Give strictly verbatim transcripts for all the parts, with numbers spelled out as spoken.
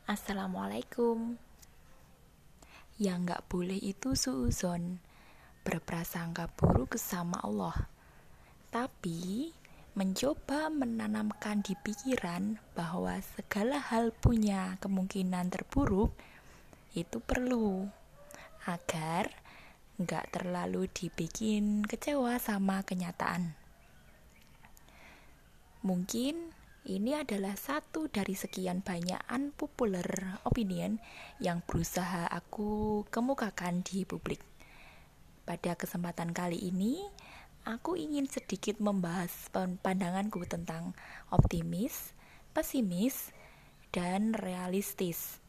Assalamualaikum. Yang nggak boleh itu suuzon, berprasangka buruk sama Allah. Tapi mencoba menanamkan di pikiran bahwa segala hal punya kemungkinan terburuk itu perlu agar nggak terlalu dibikin kecewa sama kenyataan. Mungkin ini adalah satu dari sekian banyak unpopular opinion yang berusaha aku kemukakan di publik. Pada kesempatan kali ini, aku ingin sedikit membahas pandanganku tentang optimis, pesimis, dan realistis.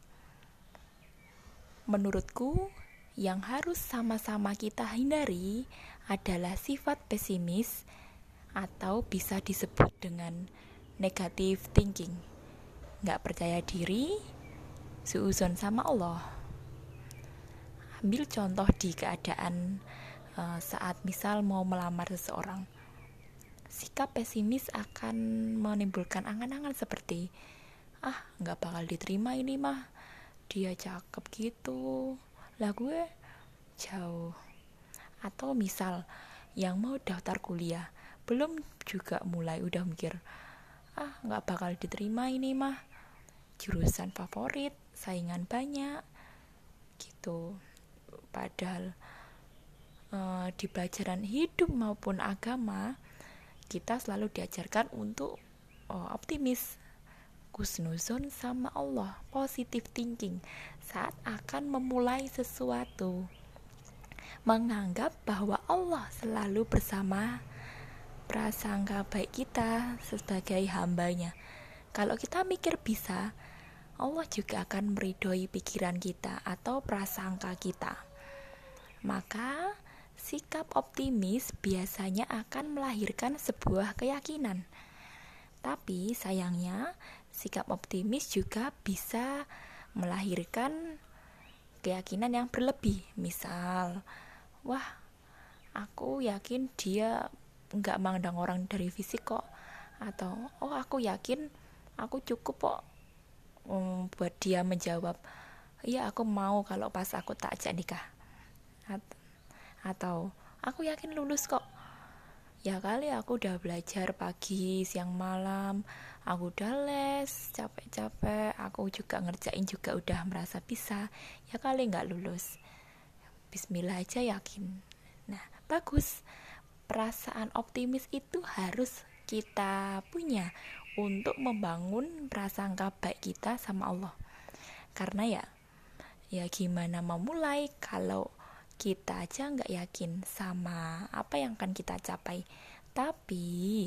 Menurutku, yang harus sama-sama kita hindari adalah sifat pesimis atau bisa disebut dengan negative thinking, nggak percaya diri, suuzon sama Allah. Ambil contoh di keadaan uh, saat misal mau melamar seseorang. Sikap pesimis akan menimbulkan angan-angan seperti, ah nggak bakal diterima ini mah, dia cakep gitu, lah gue jauh. Atau misal yang mau daftar kuliah, belum juga mulai udah mikir, ah nggak bakal diterima ini mah, jurusan favorit, saingan banyak gitu. Padahal uh, di pelajaran hidup maupun agama kita selalu diajarkan untuk uh, optimis, husnuzon sama Allah, positive thinking saat akan memulai sesuatu, menganggap bahwa Allah selalu bersama prasangka baik kita sebagai hambanya. Kalau kita mikir bisa, Allah juga akan meridhoi pikiran kita atau prasangka kita. Maka sikap optimis biasanya akan melahirkan sebuah keyakinan. Tapi sayangnya sikap optimis juga bisa melahirkan keyakinan yang berlebih. Misal, wah aku yakin dia nggak mandang orang dari fisik kok, atau oh aku yakin aku cukup kok um, buat dia menjawab iya aku mau kalau pas aku tak ajak nikah, At- atau aku yakin lulus kok, ya kali aku udah belajar pagi siang malam, aku udah les capek-capek, aku juga ngerjain juga udah merasa bisa, ya kali nggak lulus, bismillah aja yakin. Nah bagus, perasaan optimis itu harus kita punya untuk membangun prasangka baik kita sama Allah. Karena ya, ya gimana memulai kalau kita aja nggak yakin sama apa yang akan kita capai. Tapi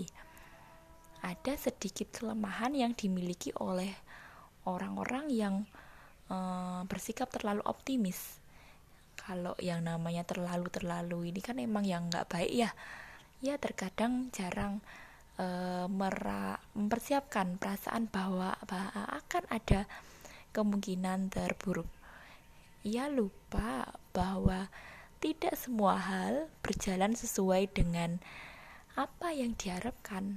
ada sedikit kelemahan yang dimiliki oleh orang-orang yang eh, bersikap terlalu optimis. Kalau yang namanya terlalu-terlalu ini kan emang yang nggak baik ya. Ya terkadang jarang e, mera- mempersiapkan perasaan bahwa, bahwa akan ada kemungkinan terburuk. Ia lupa bahwa tidak semua hal berjalan sesuai dengan apa yang diharapkan,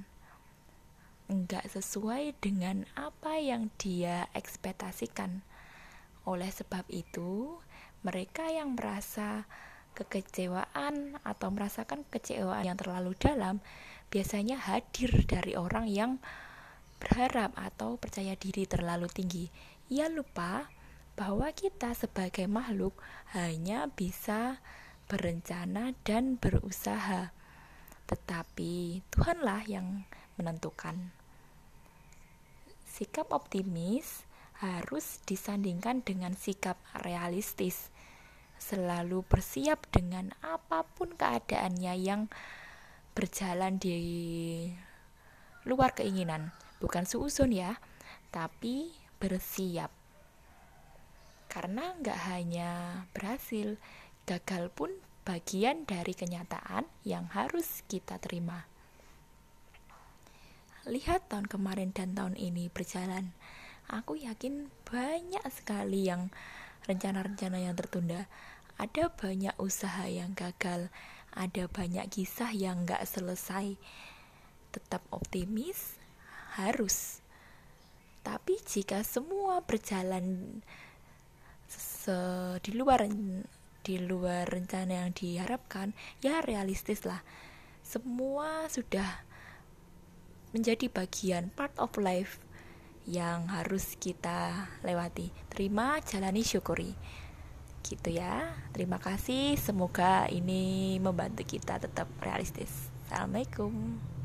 enggak sesuai dengan apa yang dia ekspektasikan. Oleh sebab itu, mereka yang merasa kekecewaan atau merasakan kekecewaan yang terlalu dalam biasanya hadir dari orang yang berharap atau percaya diri terlalu tinggi. Ia lupa bahwa kita sebagai makhluk hanya bisa berencana dan berusaha, tetapi Tuhanlah yang menentukan. Sikap optimis harus disandingkan dengan sikap realistis, selalu bersiap dengan apapun keadaannya yang berjalan di luar keinginan. Bukan suuzon ya, tapi bersiap. Karena gak hanya berhasil, gagal pun bagian dari kenyataan yang harus kita terima. Lihat tahun kemarin dan tahun ini berjalan, aku yakin banyak sekali yang rencana-rencana yang tertunda, ada banyak usaha yang gagal, ada banyak kisah yang gak selesai. Tetap optimis harus, Tapi jika semua berjalan se- di luar di luar rencana yang diharapkan, ya realistis lah. Semua sudah menjadi bagian part of life yang harus kita lewati. Terima, jalani, syukuri. Gitu ya. Terima kasih. Semoga ini membantu kita tetap realistis. Assalamualaikum.